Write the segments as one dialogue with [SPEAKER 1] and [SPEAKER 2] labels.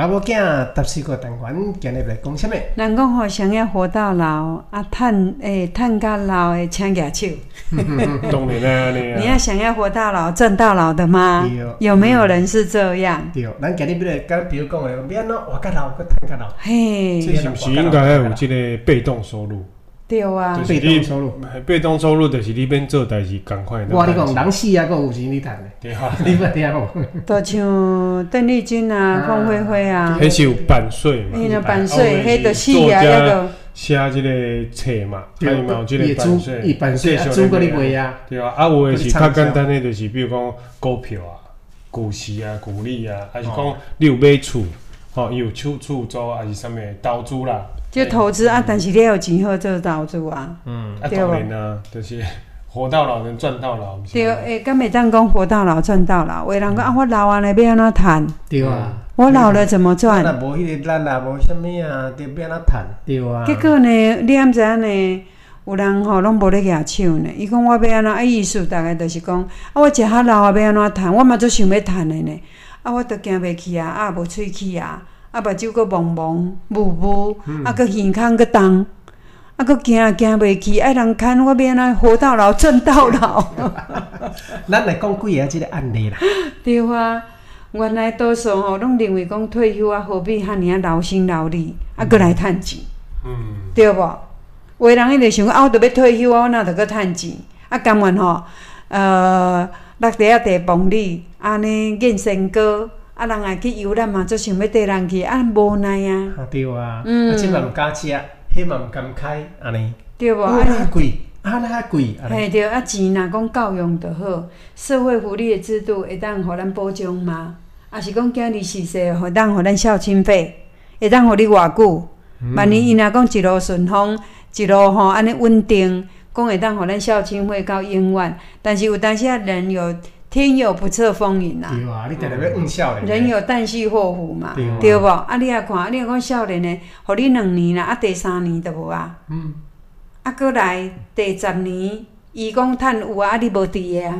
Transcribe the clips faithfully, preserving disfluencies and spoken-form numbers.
[SPEAKER 1] 查某囝十四个单元，今日来讲什么？
[SPEAKER 2] 人讲吼，想要活到老，啊，趁诶趁到老诶，请举手。
[SPEAKER 3] 当然啦，你啊。
[SPEAKER 2] 你要想要活到老、挣到老的吗？有没有人是这样？
[SPEAKER 1] 对，咱今日要来讲，比如讲诶，要安怎活到老，搁趁到老。
[SPEAKER 2] 嘿，
[SPEAKER 3] 这是不是应该要有这个被动收入？
[SPEAKER 2] 对啊，
[SPEAKER 1] 被动收入，
[SPEAKER 3] 被动收入就是你免做代志，赶快。
[SPEAKER 1] 我你讲人死啊，搁有钱你趁的，
[SPEAKER 3] 对哈，
[SPEAKER 1] 你捌听无？
[SPEAKER 2] 就像邓丽君啊、凤飞飞啊，
[SPEAKER 3] 迄是有版税嘛，
[SPEAKER 2] 迄个版税，迄个死啊，迄个
[SPEAKER 3] 写即个册嘛，还有嘛有即个版税，
[SPEAKER 1] 伊版税租搁你卖啊，
[SPEAKER 3] 对啊，啊有诶是较简单诶，就是比如讲股票啊、股市啊、股利啊，还是讲你有买厝，吼，伊有厝厝租啊，还是啥物投资啦。
[SPEAKER 2] 就投资啊，但是你有钱好做投资啊，
[SPEAKER 3] 嗯，啊当然啊，就是活到老能赚到老。
[SPEAKER 2] 对，诶，敢袂当讲活到老赚到老，有人讲啊，我老啊，要安怎赚？
[SPEAKER 1] 对啊，
[SPEAKER 2] 我老了怎么赚？
[SPEAKER 1] 咱若无迄个咱也无啥物啊，得要安怎赚？对啊。
[SPEAKER 2] 结果呢，你毋知影呢？有人吼拢无咧举手呢。伊讲我要安怎？啊，意思大概就是讲，啊，我食较老啊，要安怎赚？我嘛做想要赚的呢。啊，我都行袂去啊，啊，无喙齿啊。啊，目睭佫蒙蒙、雾雾，啊，佫耳孔佫重，啊，佫行行袂去，爱人看我要安怎活到老、挣到老。
[SPEAKER 1] 咱来讲几个即个案例啦。
[SPEAKER 2] 对啊，原来多数吼拢认为讲退休啊，何必遐尔啊劳心劳力，啊，佫来趁钱，嗯，对无？有的人伊就想讲，啊，我著要退休啊，我哪著佫趁钱？啊，甘愿吼，呃，落地啊地帮你，安尼验身高。啊，人也去游，咱嘛做想要缀人去，啊，无奈啊。
[SPEAKER 1] 啊，对啊，嗯，啊，即嘛毋敢食，迄嘛毋敢开，安尼。
[SPEAKER 2] 对无？
[SPEAKER 1] 啊，那贵，啊，那贵。
[SPEAKER 2] 嘿，对，啊，钱若讲够用就好，社会福利的制度会当互咱保障吗？啊，是讲今日逝世，会当互咱孝亲费，会当互你偌久？万一伊若讲一路顺风，一路吼安尼稳定，讲会当互咱孝亲费到永远，但是有当时啊，人有。天有不测风云啊！
[SPEAKER 1] 对啊，你定定要怨少年。
[SPEAKER 2] 人有旦夕祸福嘛，对无？啊，你啊看，你若讲少年的，互你两年啦，啊，第三年就无啊。嗯。啊，搁来第十年，伊讲趁有啊，啊，你无伫个啊。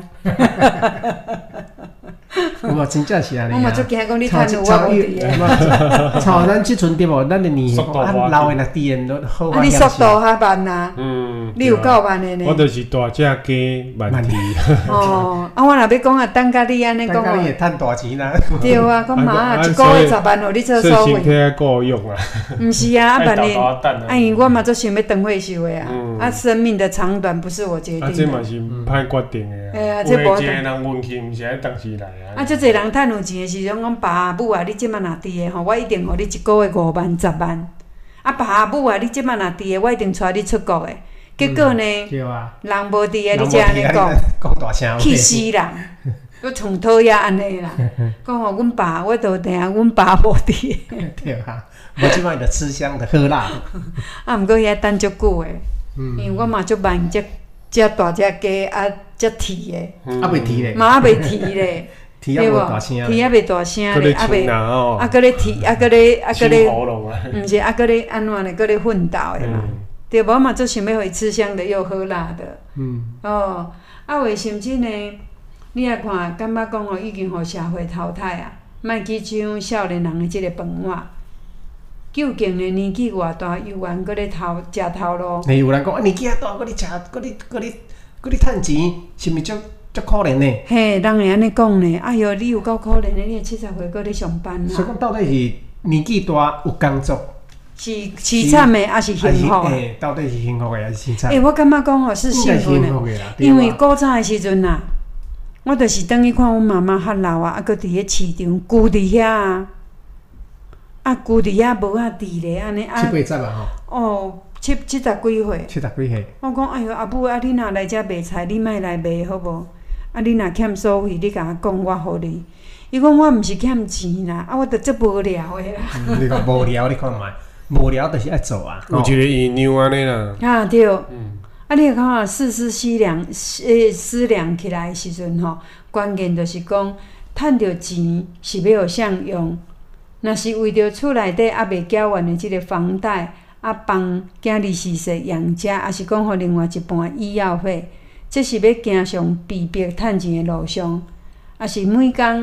[SPEAKER 1] 有啊，真正是安尼啊。
[SPEAKER 2] 我嘛足惊讲你趁有我无伫
[SPEAKER 1] 个。像咱即阵对无？咱的年啊，老的若伫个好。
[SPEAKER 2] 啊，你速度较慢呐。嗯。你有够慢的呢。
[SPEAKER 3] 我就是大只加慢蹄。
[SPEAKER 2] 哦，啊，我若要讲啊，等甲你安尼讲哦。
[SPEAKER 1] 等甲你会趁大钱啦。
[SPEAKER 2] 对啊，讲妈啊，一个月十万，互你做所费。
[SPEAKER 3] 身体够用啊。
[SPEAKER 2] 毋是啊，啊，万年，啊，因为我嘛足想要长岁寿的啊，啊，生命的长短不是我决定的。
[SPEAKER 3] 啊，这嘛是歹决定的啊。
[SPEAKER 2] 哎呀，这无。
[SPEAKER 3] 有一个人运气，毋是爱当时来啊。
[SPEAKER 2] 啊，足侪人趁有钱的时阵讲爸母啊，你即摆若伫的吼，我一定互你一个月五万、十万。啊，爸母啊，你即摆若伫的，我一定带你出国的。结果呢，人无伫的，你才安尼讲，气死人！佮从讨厌安尼啦，讲吼，阮爸我都定下，阮爸无伫。
[SPEAKER 1] 对啊，无即摆就吃香的喝辣。
[SPEAKER 2] 啊，毋过遐等足久的，因为我嘛足慢，只只大只鸡啊，只啼的。
[SPEAKER 1] 啊，未啼咧。
[SPEAKER 2] 嘛啊，未啼咧。
[SPEAKER 1] 啼啊，无大声。
[SPEAKER 2] 啼啊，未大声咧，啊
[SPEAKER 3] 未，啊，
[SPEAKER 2] 搁咧啼，啊，搁咧，啊，搁咧，
[SPEAKER 3] 毋
[SPEAKER 2] 是啊，搁咧安怎咧，搁咧奋斗的嘛。对无嘛，做想要互伊吃香的又喝辣的。嗯。哦，啊，为甚至呢？你也看，感觉讲吼，已经互社会淘汰啊，莫去抢少年人的即个饭碗。究竟呢，年纪偌大，又愿搁咧头食头路。
[SPEAKER 1] 诶，有人讲啊，年纪啊大，搁咧食，搁咧搁咧搁咧趁钱，是毋是足足可怜呢？
[SPEAKER 2] 嘿，人会安尼讲呢。哎哟，你有够可怜的，你七十岁搁咧上班啊。
[SPEAKER 1] 所以讲，到底是年纪大有工作？
[SPEAKER 2] 是凄惨的，还是幸福的？
[SPEAKER 1] 诶，到底是幸福的还是凄惨？
[SPEAKER 2] 诶，我感觉讲吼是幸福的，因为古早的时阵啊，我就是等于看阮妈妈较老啊，啊，搁伫迄市场居伫遐啊，啊，居伫遐无啊伫咧安尼啊。
[SPEAKER 1] 七八十啊
[SPEAKER 2] 吼。哦，七七十几岁。
[SPEAKER 1] 七十几岁。
[SPEAKER 2] 我讲哎哟，阿母啊，你若来遮卖菜，你莫来卖好无？啊，你若欠所费，你甲我讲，我互你。伊讲我毋是欠钱啦，啊，我着足无聊的啦。
[SPEAKER 1] 你讲无聊，你看卖。无聊就是爱做啊，
[SPEAKER 3] 有一个医疗安尼啦。
[SPEAKER 2] 啊对，嗯，啊你看啊，思思思量，诶思量起来时阵吼，关键就是讲，趁着钱是要有啥用？若是为着厝内底还未缴完的即个房贷，啊帮囝儿逝世养家，还是讲互另外一半医药费，这是要行上逼迫趁钱的路上，啊是每工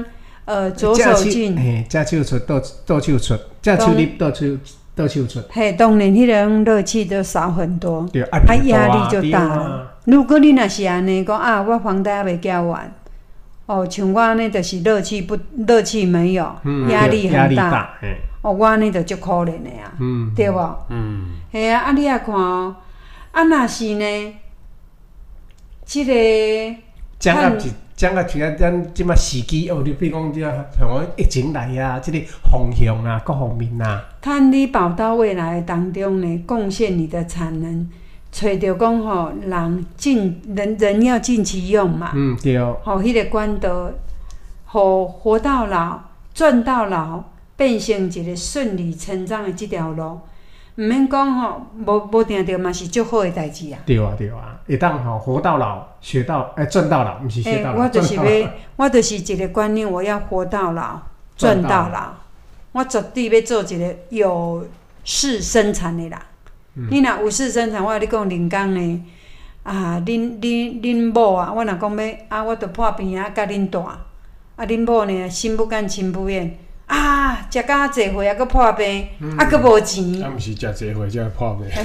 [SPEAKER 2] 呃左手进，
[SPEAKER 1] 嘿，左手出，倒倒手出，左手入，倒手倒手出。
[SPEAKER 2] 嘿，当然迄种热气就少很多，
[SPEAKER 1] 对，
[SPEAKER 2] 啊压力就大了。如果你若是安尼讲啊，我房贷还袂交完，哦，像我安尼就是热气不热气没有，压力很大，哦，我安尼就足可怜的啊，对无？嗯，系啊，啊你啊看哦，啊若是呢，即个
[SPEAKER 1] 掌握一掌握一个咱即马时机哦，你比如讲即个像讲疫情来啊，即个方向啊，各方面啊，
[SPEAKER 2] 趁你宝刀未来当中呢，贡献你的产能。找着讲吼，人尽人人要尽其用嘛。嗯，对。吼，迄个管道，互活到老、赚到老，变成一个顺理成章的即条路，毋免讲吼，无无定着嘛是足好的代志啊。
[SPEAKER 1] 对啊，对啊，会当吼活到老，学到诶赚到老，毋是学到老。
[SPEAKER 2] 我就是要，我就是一个观念，我要活到老，赚到老。我绝对要做一个有事生产的人。嗯、你若有事生产，我甲你讲，人工呢，啊，恁恁恁某啊，我若讲要啊，我着破病啊，甲恁住，啊，恁某呢，心不甘情不愿，啊，食到侪岁啊，搁破病，嗯、啊，搁无钱。
[SPEAKER 3] 啊，毋是食侪岁才会破病。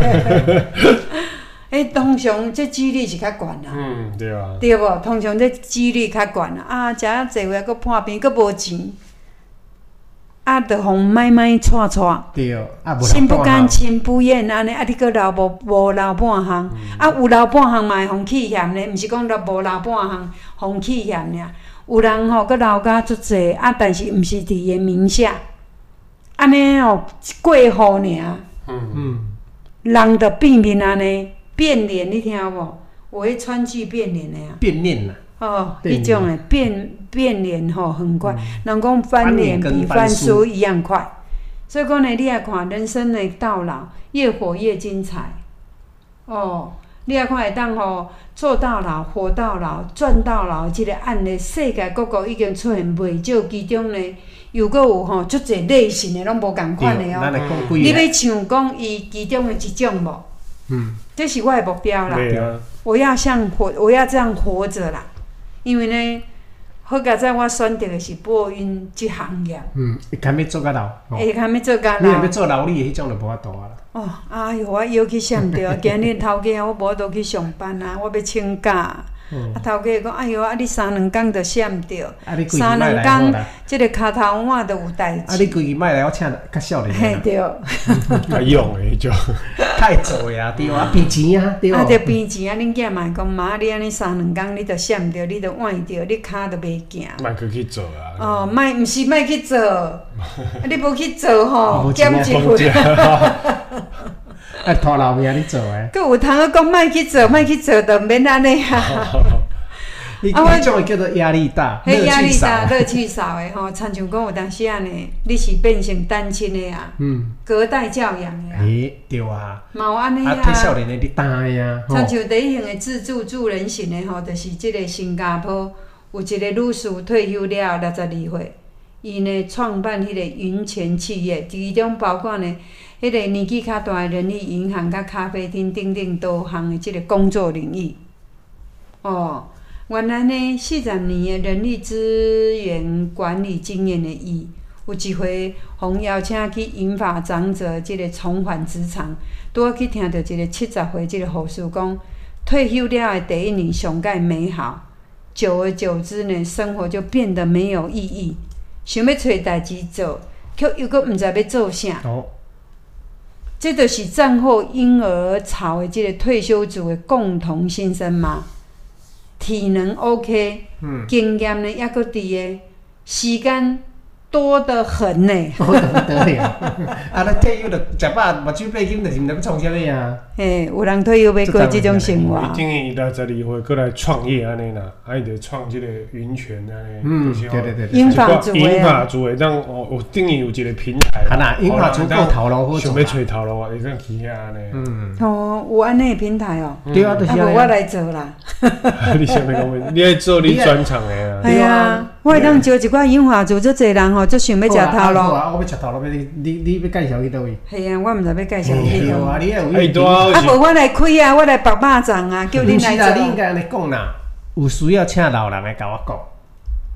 [SPEAKER 2] 诶，通常这几率是较悬啊。
[SPEAKER 3] 嗯，对啊。
[SPEAKER 2] 对无？通常这几率较悬啊，啊，食到侪岁啊，搁破病，搁无钱。啊，着互买买错错，
[SPEAKER 1] 对，啊，
[SPEAKER 2] 心不甘情不愿安尼，啊，你搁留无无留半项，嗯、啊，有留半项嘛会互气嫌呢，毋是讲留无留半项互气嫌尔。有人吼搁留甲足济，啊，但是毋是伫伊名下，安尼哦过户尔。嗯嗯，人着避免安尼变脸，你听无？我会川剧变脸的啊。
[SPEAKER 1] 变脸啦。
[SPEAKER 2] 哦，迄种诶变变脸吼很快，人讲翻脸比翻书一样快，所以讲呢，你来看人生的到老，越活越精彩。哦，你来看会当吼做到老、活到老、赚到老，即个案例世界各国已经出现袂少，其中呢又阁有吼足侪类型的拢无共款的哦。你要像讲伊其中的一种无？嗯，这是我的目标啦。啊、我要像活，我要这样活着啦。因为呢，好佳在我选择的是播音这行业。嗯，
[SPEAKER 1] 会堪要做到老。
[SPEAKER 2] 会堪要做到老。
[SPEAKER 1] 你若要做老李的迄种就无法度啊啦。
[SPEAKER 2] 哦，哎哟，我腰去闪着，今日头家我无法度去上班啊，我要请假。嗯、啊，头家讲，哎哟，啊，你三两工就闪着，啊、三两工，即个骹头碗都有代志。
[SPEAKER 1] 啊，你规日卖来，我请较少年。
[SPEAKER 2] 嘿，对。
[SPEAKER 3] 较勇的迄种。
[SPEAKER 1] 太做呀，对啊，变钱啊，对啊。
[SPEAKER 2] 啊，着变钱啊！恁囝嘛讲妈，你安尼三两工，你着闪着，你着换着，你骹着袂行。
[SPEAKER 3] 莫去去做啊！
[SPEAKER 2] 哦，莫毋是莫去做，啊，你无去做吼，减一分。
[SPEAKER 1] 啊，拖老命你做诶。
[SPEAKER 2] 佮有通个讲莫去做，莫去做，着免安尼啊。
[SPEAKER 1] 你迄种叫做压力大，
[SPEAKER 2] 迄压力大，乐趣少诶吼。亲像讲有当时啊呢，你是变成单亲诶啊，嗯，隔代教养诶啊，
[SPEAKER 1] 诶，对啊，
[SPEAKER 2] 嘛有安尼啊。
[SPEAKER 1] 啊，替少年诶你担呀。
[SPEAKER 2] 亲像第一型诶自助助人型诶吼，就是即个新加坡有一个女士退休了六十二岁，伊呢创办迄个云泉企业，其中包括呢，迄个年纪较大诶人力银行、甲咖啡厅等等多项诶即个工作领域，哦。原来呢，四十年的人力资源管理经验的伊，有一回互邀请去银发长者即个重返职场，拄好去听到一个七十岁即个护士讲，退休了的第一年上介美好，久而久之呢，生活就变得没有意义，想要找代志做，却又阁毋知要做啥。哦，这就是战后婴儿潮的即个退休族的共同心声嘛。体能 OK， 嗯、经验呢也搁伫个，时间多得很呢。
[SPEAKER 1] 多得不得了，啊！咱退休着食饱目睭八金，就是毋知要创啥物啊。
[SPEAKER 2] 嘿，有人退休要过即种生活。
[SPEAKER 3] 伊等于六十二岁过来创业安尼啦，啊，伊着创即个云泉安尼。
[SPEAKER 1] 嗯，对对对对。
[SPEAKER 2] 银发族的。
[SPEAKER 3] 银发族的，当哦，有等于有一个平台。
[SPEAKER 1] 啊那银发族够头路好做。
[SPEAKER 3] 想要找头路啊，会当去遐安尼。
[SPEAKER 2] 嗯。哦，有安尼平台哦。
[SPEAKER 1] 对啊，就是啊。
[SPEAKER 2] 无我来做啦。
[SPEAKER 3] 你想要讲，你爱做你专长的啊。
[SPEAKER 2] 对啊，我会当招一寡银发族，足侪人吼，足想要食头路。
[SPEAKER 1] 啊，我要食头路，你你你要介绍去倒位？
[SPEAKER 2] 系啊，我毋知要介绍去倒
[SPEAKER 1] 位。你有
[SPEAKER 3] 伊多。
[SPEAKER 2] 啊，无我来开啊，我来拔肉粽啊，叫恁来做。
[SPEAKER 1] 你应该安尼讲啦，有需要请老人来甲我讲。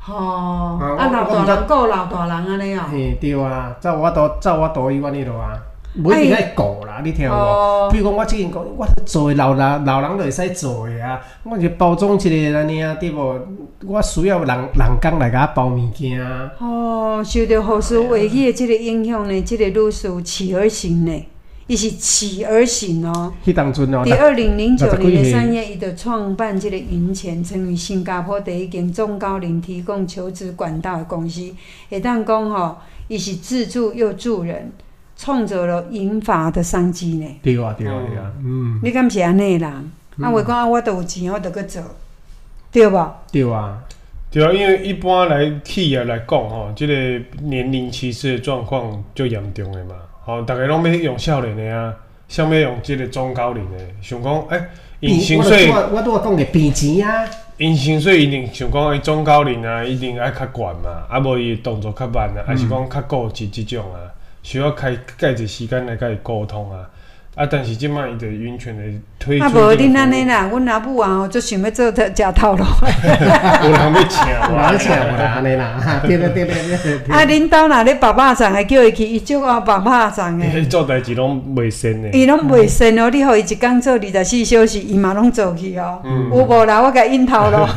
[SPEAKER 2] 吼，啊老大人顾老大人安尼哦。
[SPEAKER 1] 嘿，对啊，照我都照我都伊安尼咯啊。无一定爱顾啦，你听有无？比如讲，我之前讲，我做诶老人老人就会使做诶啊，我就包装一个安尼啊，对无？我需要人人工来甲我包物件啊。
[SPEAKER 2] 哦，受到护士话语诶即个影响呢，即、这个女士起而行呢，伊是起而行哦。
[SPEAKER 1] 迄当阵哦，
[SPEAKER 2] 伫二零零九年的三月，伊就创办即个云前，成为新加坡第一间中高龄提供求职管道的公司。会当讲吼，伊是自助又助人。创造了银发的商机呢。
[SPEAKER 1] 对啊，对啊，对啊。嗯。
[SPEAKER 2] 你敢是安尼人？嗯、啊，话讲啊，我都有钱，我就去做，对无？
[SPEAKER 1] 对啊，
[SPEAKER 3] 对啊，因为一般来企业来讲吼，即、这个年龄歧视的状况最严重的嘛。吼，大家拢要用少年的啊，想要用即个中高龄的，想讲诶，因薪水，
[SPEAKER 1] 我我拄仔讲的变钱啊。
[SPEAKER 3] 因薪水一定想讲伊中高龄啊，一定爱较悬嘛，啊无伊动作较慢啊，还是讲较固执即种啊。需要开介侪时间来甲伊沟通啊，啊！但是即摆伊就完全的推出。啊，
[SPEAKER 2] 无恁安尼啦，阮阿母啊吼，就想要做食头路。
[SPEAKER 3] 有人要请，
[SPEAKER 1] 有人请我啦，安尼啦，对对对对对。
[SPEAKER 2] 啊，恁兜若咧白肉粽的，叫伊去，伊足爱白肉粽的。
[SPEAKER 3] 伊做代志拢袂善的。
[SPEAKER 2] 伊拢袂善哦，你互伊一工做二十四小时，伊嘛拢做去哦。嗯、有无啦？我甲引头咯。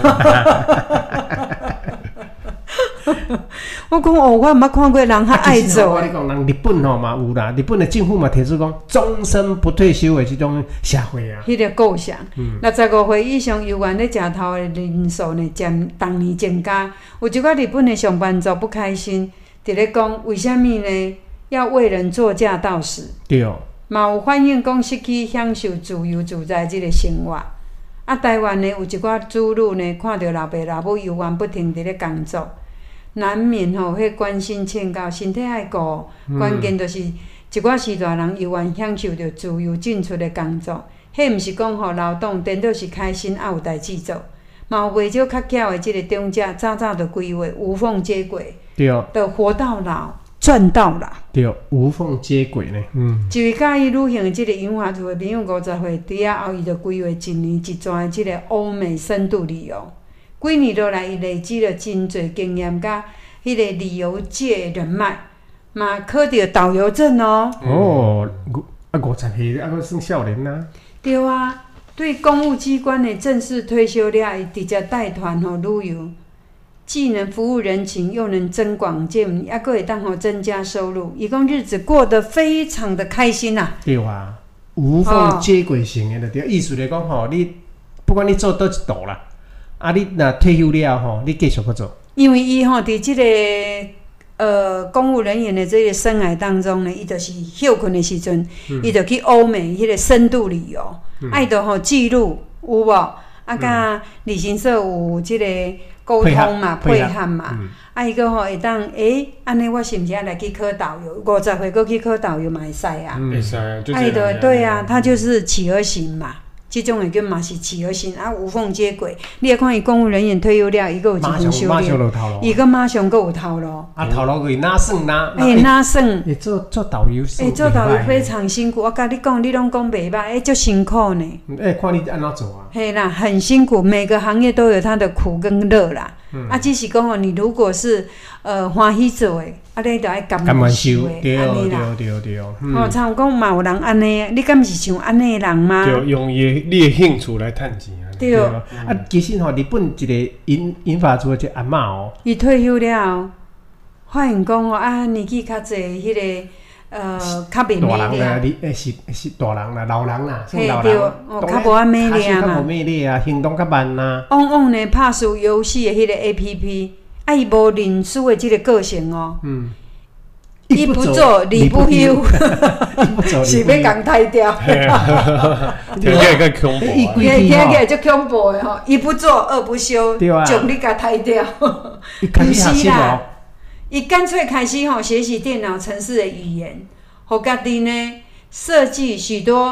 [SPEAKER 2] 我讲哦，我毋捌看过人较爱做。
[SPEAKER 1] 我跟你讲，人日本吼嘛有啦，日本的政府嘛提出讲终身不退休的这种社会啊。
[SPEAKER 2] 迄个构想，六十五岁以上有缘咧食头的人数呢，渐当年增加。有一个日本的上班族不开心，伫咧讲为虾米呢？要为人作嫁到死。
[SPEAKER 1] 对哦。
[SPEAKER 2] 嘛有反映讲失去享受自由自在这个生活。啊，台湾呢有一寡子女呢，看到老爸老母有缘不停伫咧工作。难免吼会关心劝告，身体爱顾，关键就是一寡时大人有缘享受着自由进出的工作，迄毋是讲吼劳动，颠倒是开心啊有代志做。嘛有袂少较巧的即个中者，早早就规划无缝接轨，
[SPEAKER 1] 对，
[SPEAKER 2] 就活到老赚到老，
[SPEAKER 1] 对，无缝接轨呢。嗯，
[SPEAKER 2] 一位介意旅行的即个银华族的朋友，五十岁伫遐后，伊就规划一年一转的即个欧美深度旅游。几年落来，伊累积了真侪经验，甲迄个旅游界人脉，嘛考到导游证哦。
[SPEAKER 1] 哦，啊五十岁，啊，佫算少年啊。
[SPEAKER 2] 对啊，对公务机关的正式退休了，伊直接带团吼旅游，既能服务人情，又能增广见闻，还佫会当吼增加收入。伊讲日子过得非常的开心呐、啊。
[SPEAKER 1] 对啊，无缝接轨型的对，意思来讲吼，你不管你做倒一道啦。啊！你若退休了吼，你继续去做。
[SPEAKER 2] 因为伊吼伫即个呃公务人员的这个生涯当中呢，伊就是休困的时阵，伊就、嗯、去欧美迄个深度旅游，啊伊就吼记录有无？啊，甲旅行社有即个沟通嘛，配合嘛。嗯、啊，伊个吼会当诶，安尼我是毋是要来去考导游？五十岁过去考导游嘛会使啊？
[SPEAKER 3] 会使啊，
[SPEAKER 2] 啊伊就对啊，他就是企鹅型嘛。即种诶叫嘛是企鹅型啊，无缝接轨。你会看伊公务人员退休了，伊佫有一份收入，伊佫马上佫有头路。
[SPEAKER 1] 啊，头路伊哪算哪？
[SPEAKER 2] 诶，哪算？
[SPEAKER 1] 诶，做做导游是。
[SPEAKER 2] 诶，做导游非常辛苦。我甲你讲，你拢讲袂歹，诶，足辛苦呢。
[SPEAKER 1] 诶，看你安怎做啊？
[SPEAKER 2] 嘿啦，很辛苦，每个行业都有它的苦跟乐啦。嗯、啊，只是讲哦，你如果是呃欢喜做诶，啊，你就爱甘愿受诶，安尼啦。对对对对。嗯、哦，像讲嘛有人安尼，你敢是像安尼人吗？
[SPEAKER 3] 对，用伊你诶兴趣来趁钱啊。
[SPEAKER 1] 对。啊，嗯、其实吼，日本一个银银发族的阿嬷哦，
[SPEAKER 2] 伊退休了，发现讲哦，啊年纪较济，迄、那个。呃，较袂美丽啊！
[SPEAKER 1] 你诶是是大人啦，老人啦，
[SPEAKER 2] 算老人。哦，较无啊美丽啊嘛。
[SPEAKER 1] 较无美丽啊，行动较慢呐。
[SPEAKER 2] 往往呢，拍输游戏的迄个 A P P， 啊，伊无认输的即个个性哦。嗯。一不做，二不休，是要共杀掉。
[SPEAKER 3] 听起来较恐怖啊！
[SPEAKER 2] 听起来足恐怖的吼，一不做，二不休，将你甲杀掉。
[SPEAKER 1] 不是啦。
[SPEAKER 2] 伊干脆开始吼学习电脑程式的语言，互家己呢设计许多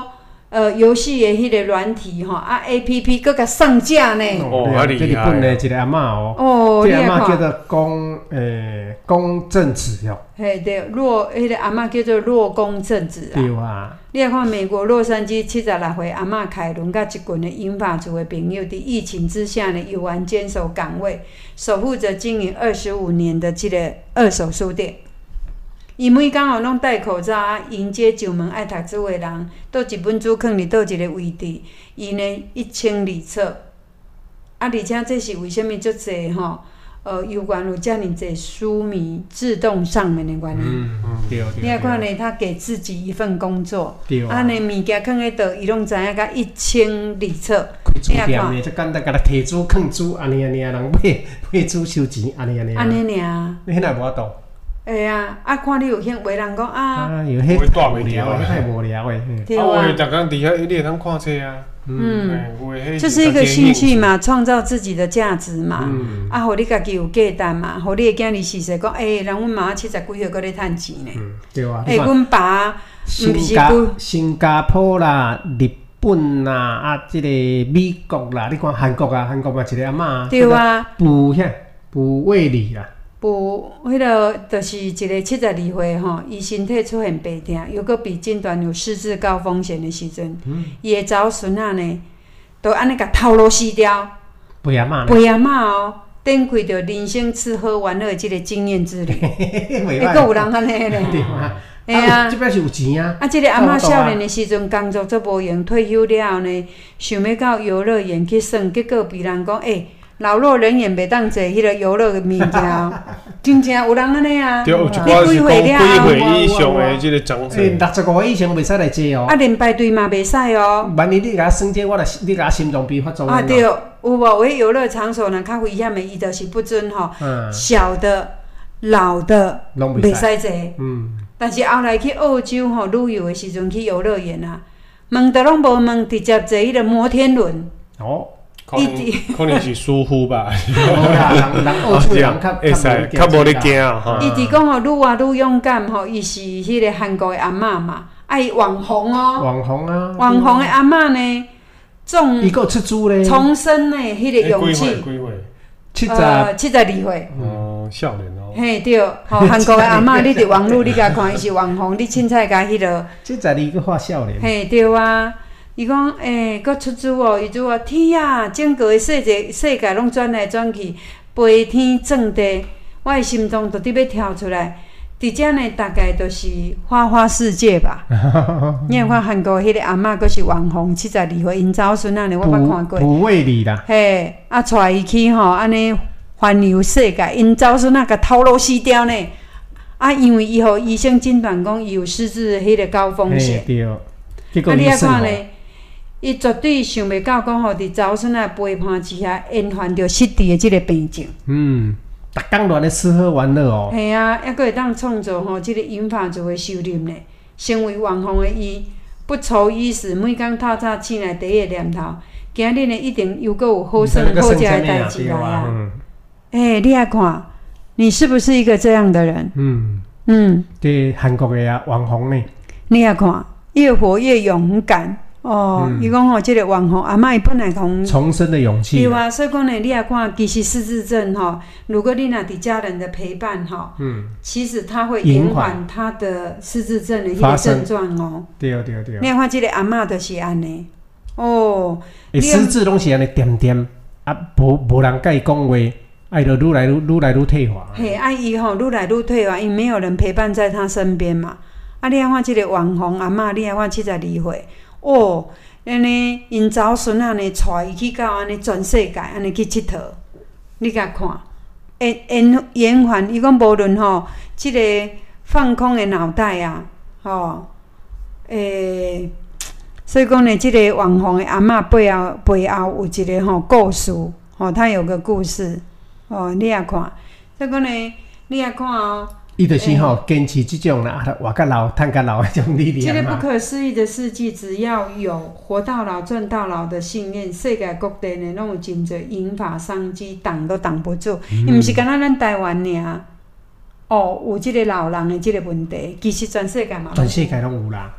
[SPEAKER 2] 呃游戏的迄个软体吼，啊 A P P 搁甲上架呢。
[SPEAKER 3] 哦，啊厉害！
[SPEAKER 1] 这日本的一个阿嬷哦，
[SPEAKER 2] 哦，
[SPEAKER 1] 这阿嬷叫做宫诶宫正子哦。
[SPEAKER 2] 嘿对，洛迄个阿嬷叫做洛宫正子啊。
[SPEAKER 1] 对啊。
[SPEAKER 2] 你来看美国洛杉矶七十六岁阿嬷凯伦，甲一群的英法族的朋友，伫疫情之下呢，有缘坚守岗位，守护着经营二十五年的这个二手书店。伊每工哦拢戴口罩啊，迎接上门爱读书的人，倒一本书放伫倒一个位置，伊呢一清二楚。啊，而且这是为虾米足济吼？呃，有关有遮尔济书迷自动上门的原因。
[SPEAKER 1] 嗯嗯，对对。
[SPEAKER 2] 你来看呢，他给自己一份工作，
[SPEAKER 1] 对啊。
[SPEAKER 2] 啊，呢物件放喺倒，伊拢知影甲一清二楚。
[SPEAKER 1] 开书店呢，就简单，甲他摕书、放书，安尼安尼啊，人买买书收钱，安尼安尼。
[SPEAKER 2] 安尼尔。
[SPEAKER 1] 你迄个无法度。
[SPEAKER 2] 会啊，啊，看你有兴，有人讲啊。
[SPEAKER 1] 啊，有迄太无聊，迄太无聊诶。
[SPEAKER 2] 对啊。
[SPEAKER 3] 啊，有的逐工伫遐，你会通看册啊。
[SPEAKER 2] 嗯，就是一个兴趣嘛，创造自己的价值嘛，
[SPEAKER 1] 嗯、
[SPEAKER 2] 啊，互你家己有价值嘛，互你的囝儿时势讲，诶、欸，人阮妈七十几岁搁咧趁钱呢，
[SPEAKER 1] 嗯，对啊，
[SPEAKER 2] 诶、欸，阮爸
[SPEAKER 1] 新加新加坡啦、日本啦、啊，即、這个美国啦，你看韩国啊，韩国嘛一个阿嬷，
[SPEAKER 2] 对啊，
[SPEAKER 1] 卜遐卜卫理啦。
[SPEAKER 2] 不，迄个就是一个七十二岁吼，伊身体出现病痛，又搁被诊断有失智高风险的时阵，伊的查某孙仔呢，都安尼甲头颅死掉。
[SPEAKER 1] 陪阿嬷。
[SPEAKER 2] 陪阿嬷哦，展开着人生吃喝玩乐即个经验之旅。会阁有人安尼咧？
[SPEAKER 1] 对啊。
[SPEAKER 2] 哎呀，
[SPEAKER 1] 即摆是有钱啊！
[SPEAKER 2] 啊，即个阿嬷少年的时阵工作做无用，退休了后呢，想要到游乐园去耍，结果被人讲诶。老弱人言袂当坐迄个游乐的物件，真正有人安尼啊！
[SPEAKER 3] 对，有一寡是讲几岁以上的即个长者，
[SPEAKER 1] 六十五岁以上袂使来坐哦。
[SPEAKER 2] 啊，连排队嘛袂使哦。
[SPEAKER 1] 万一你甲我算这，我来你甲我心脏病发作。
[SPEAKER 2] 啊，对，有无？有迄游乐场所呢，较危险的，伊就是不准吼，小的、老的袂使坐。嗯。但是后来去澳洲吼旅游的时阵去游乐园啊，问都拢无问，直接坐迄个摩天轮。
[SPEAKER 1] 哦。
[SPEAKER 3] 可能可能是疏忽吧，
[SPEAKER 1] 无啦，人人澳洲人较
[SPEAKER 3] 会使较无咧惊啊。
[SPEAKER 2] 伊伫讲吼，愈活愈勇敢吼，伊是迄个韩国的阿嬷嘛，啊伊网红哦，
[SPEAKER 1] 网红啊，
[SPEAKER 2] 网红的阿嬷呢，种
[SPEAKER 1] 伊个出租咧，
[SPEAKER 2] 重生呢，迄个勇气，
[SPEAKER 3] 几岁？
[SPEAKER 2] 七十，呃，七十二岁。
[SPEAKER 3] 哦，少年哦。
[SPEAKER 2] 嘿对，吼韩国的阿嬷，你伫网络你甲看伊是网红，你凊彩甲迄个。
[SPEAKER 1] 七十二个话少年。
[SPEAKER 2] 嘿对啊。伊讲诶，搁、欸、出租哦，伊就话天啊，整个世界世界拢转来转去，飞天转地，我的心脏都伫要跳出来。伫遮呢，大概都是花花世界吧。你有看韩国迄个阿嬷，搁是网红，七十二岁，因查某孙仔呢，我捌看过。
[SPEAKER 1] 不为你啦。
[SPEAKER 2] 嘿，啊，带伊去吼，安尼环游世界，因查某孙仔甲头颅死掉呢。啊，因为伊互医生诊断讲，伊有失智的迄个高风险。
[SPEAKER 1] 对。
[SPEAKER 2] 啊，你来看呢？伊绝对想袂到，讲吼，伫查某孙仔陪伴之下，延患着失智的即个病症。
[SPEAKER 1] 嗯，逐工乱咧吃喝玩乐哦。
[SPEAKER 2] 系啊，还佫会当创造吼即个银发族的收入呢。成为网红的伊，不愁衣食，每工透早醒来第一个念头，今日呢一定又佫有好耍好食的代志来啊！诶、欸，你来看，你是不是一个这样的人？嗯嗯，
[SPEAKER 1] 对，韩国的啊网红呢？
[SPEAKER 2] 你来看，越活越勇敢。哦，伊讲吼，即个网红阿嬷伊本来讲
[SPEAKER 1] 重生的勇气，
[SPEAKER 2] 对啊，所以讲呢，你来看，其实失智症吼，如果你若伫家人的陪伴吼，嗯，其实它会延缓他的失智症的迄个症状哦。对对对。你来看即个阿嬷就是安尼，哦，
[SPEAKER 1] 诶，失智拢是安尼点点，啊，无无人甲伊讲话，啊，就愈来愈愈来愈退化。
[SPEAKER 2] 嘿，啊伊吼愈来愈退化，因没有人陪伴在他身边嘛。啊，你来看即个网红阿嬷，你来看七十二岁。哦，安尼因查某孙仔呢，带伊去到安尼全世界安尼去佚佗，你甲看，延延延缓，伊讲无论吼，即、這个放空的脑袋啊，吼，诶、欸，所以讲呢，即、這个网红的阿嬷背后背后有一个吼故事，吼，他有个故事，哦，你也看，所以讲呢，你也看哦。
[SPEAKER 1] 伊就是吼，坚持即种啦，活较老、趁较老迄种力量
[SPEAKER 2] 嘛。这个不可思议的事迹，只要有活到老、赚到老的信念，世界各地呢，拢有真侪银发商机，挡都挡不住。伊、嗯、毋是干那咱台湾尔，哦，有即个老人的即个问题，其实全世界嘛。
[SPEAKER 1] 全世界拢有啦。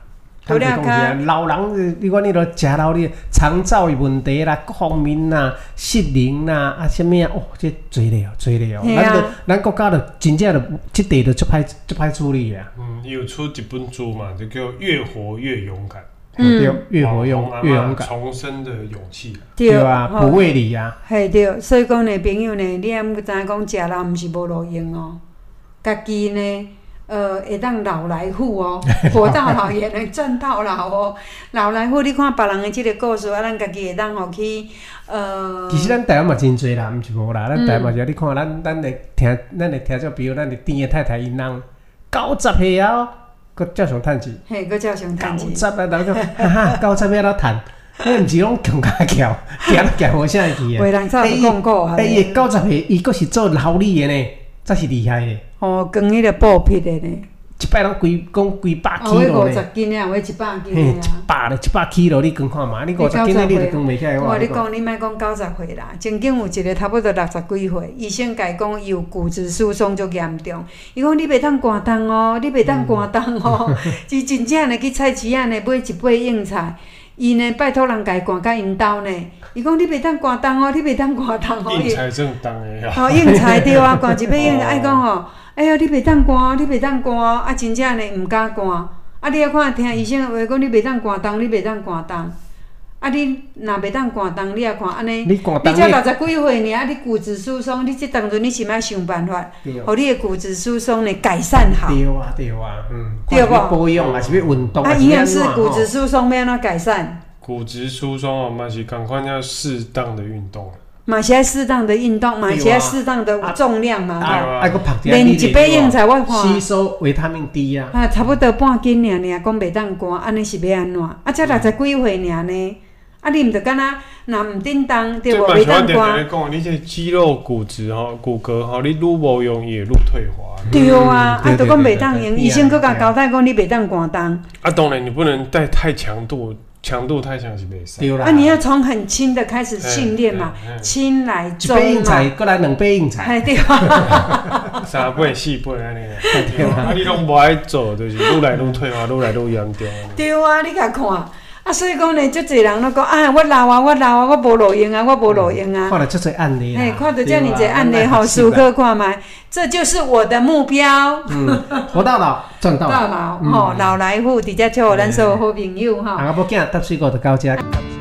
[SPEAKER 1] 坦白讲是啊，老人你讲你落食老哩，肠燥的问题啦，各方面啦，失灵啦，啊，什么啊，哦，这多了多了，咱着咱国家着真正着这地着足歹足歹处理啊。
[SPEAKER 3] 嗯，有出一本书嘛，就叫越活越勇敢。
[SPEAKER 1] 嗯，对，越活越越勇敢，
[SPEAKER 3] 重生的勇气。
[SPEAKER 1] 对啊，不畏理啊。
[SPEAKER 2] 嘿对，所以讲呢，朋友呢，你也毋知讲食老毋是无路用哦，家己呢。呃，会当老来富哦，活到老也能赚到老哦。老来富，你看别人的即个故事，啊，咱家己会当互去呃。
[SPEAKER 1] 其实咱台湾嘛真侪啦，毋是无啦。咱台湾就你看，咱咱来听，咱来听，就比如咱的甜的太太因人九十岁啊，佫照常趁钱。
[SPEAKER 2] 嘿，佫照常趁钱。
[SPEAKER 1] 九十啊，人就哈哈，九十要哪趁？迄毋是拢强加翘，行都行无啥会去啊。
[SPEAKER 2] 为人早就讲过啊。
[SPEAKER 1] 哎，伊九十岁，伊佫是做老李的呢，才是厉害的。
[SPEAKER 2] 哦，光迄个布匹的呢，
[SPEAKER 1] 一摆拢规讲规百 kilo
[SPEAKER 2] 呢。哦，五十斤啊，有一百斤啊。
[SPEAKER 1] 一百咧，一百 kilo 你讲看嘛，你五十斤咧，你就讲袂起来。
[SPEAKER 2] 我你讲，你莫讲九十岁啦，曾经有一个差不多六十几岁，医生甲伊讲，伊有骨质疏松足严重。伊讲你袂当寒冻哦，你袂当寒冻哦。伊真正呢去菜市仔呢买一杯硬菜，伊呢拜托人家伊寒甲因兜呢。伊讲你袂当寒冻哦，你袂当寒冻哦。
[SPEAKER 3] 硬菜真冻的啊。
[SPEAKER 2] 哦，硬菜对啊，寒一杯硬菜，爱讲吼。哎呀，你袂当寒，你袂当寒，啊，真正呢毋敢寒。啊，你啊看听医生话讲，你袂当寒冻，你袂当寒冻。啊，你若袂当寒冻，你啊看安尼，你才六十几岁尔，啊，你骨质疏松，你即当阵你是要想办法，互你的骨质疏松呢改善好。
[SPEAKER 1] 对啊，对啊，嗯，对不？保养还是要运动，
[SPEAKER 2] 啊，营养师骨质疏松要安怎改善？
[SPEAKER 3] 骨质疏松哦，嘛是赶快要适当的运动。
[SPEAKER 2] 嘛是爱适当的运动，嘛是爱适当的重量嘛，
[SPEAKER 1] 啊，爱搁拍一
[SPEAKER 2] 连一杯硬菜我看
[SPEAKER 1] 吸收维他命 D 啊，
[SPEAKER 2] 啊，差不多半斤尔尔，讲袂当寒，安尼是要安怎？啊，才六十几岁尔呢，啊，你毋着敢若若毋叮当，对无？袂当寒。
[SPEAKER 3] 讲，你这肌肉骨质吼、骨骼吼，你愈无用伊会愈退化。
[SPEAKER 2] 对啊，啊，都讲袂当用，医生佫甲交代讲你袂当寒冻。
[SPEAKER 3] 啊，当然你不能带太强度。强度太强是袂使。
[SPEAKER 1] 对啦。
[SPEAKER 2] 啊，你要从很轻的开始训练嘛，轻来重嘛。
[SPEAKER 1] 一杯硬菜，过来两杯硬菜。
[SPEAKER 2] 哎对。
[SPEAKER 3] 三杯四杯安尼啦。对啊，你拢无爱做，就是愈来愈退化，愈来愈严重。
[SPEAKER 2] 对啊，你甲看，啊，所以讲呢，足侪人拢讲，啊，我老啊，我老啊，我无路用啊，我无路用啊。
[SPEAKER 1] 看到足侪案例啦。
[SPEAKER 2] 哎，看到遮尔侪案例吼，思考看觅，这就是我的目标。
[SPEAKER 1] 嗯，活到老，赚到老。
[SPEAKER 2] 到老，吼，老来富，直接祝咱所有好朋友哈。
[SPEAKER 1] 啊，无惊，搭水果就到遮。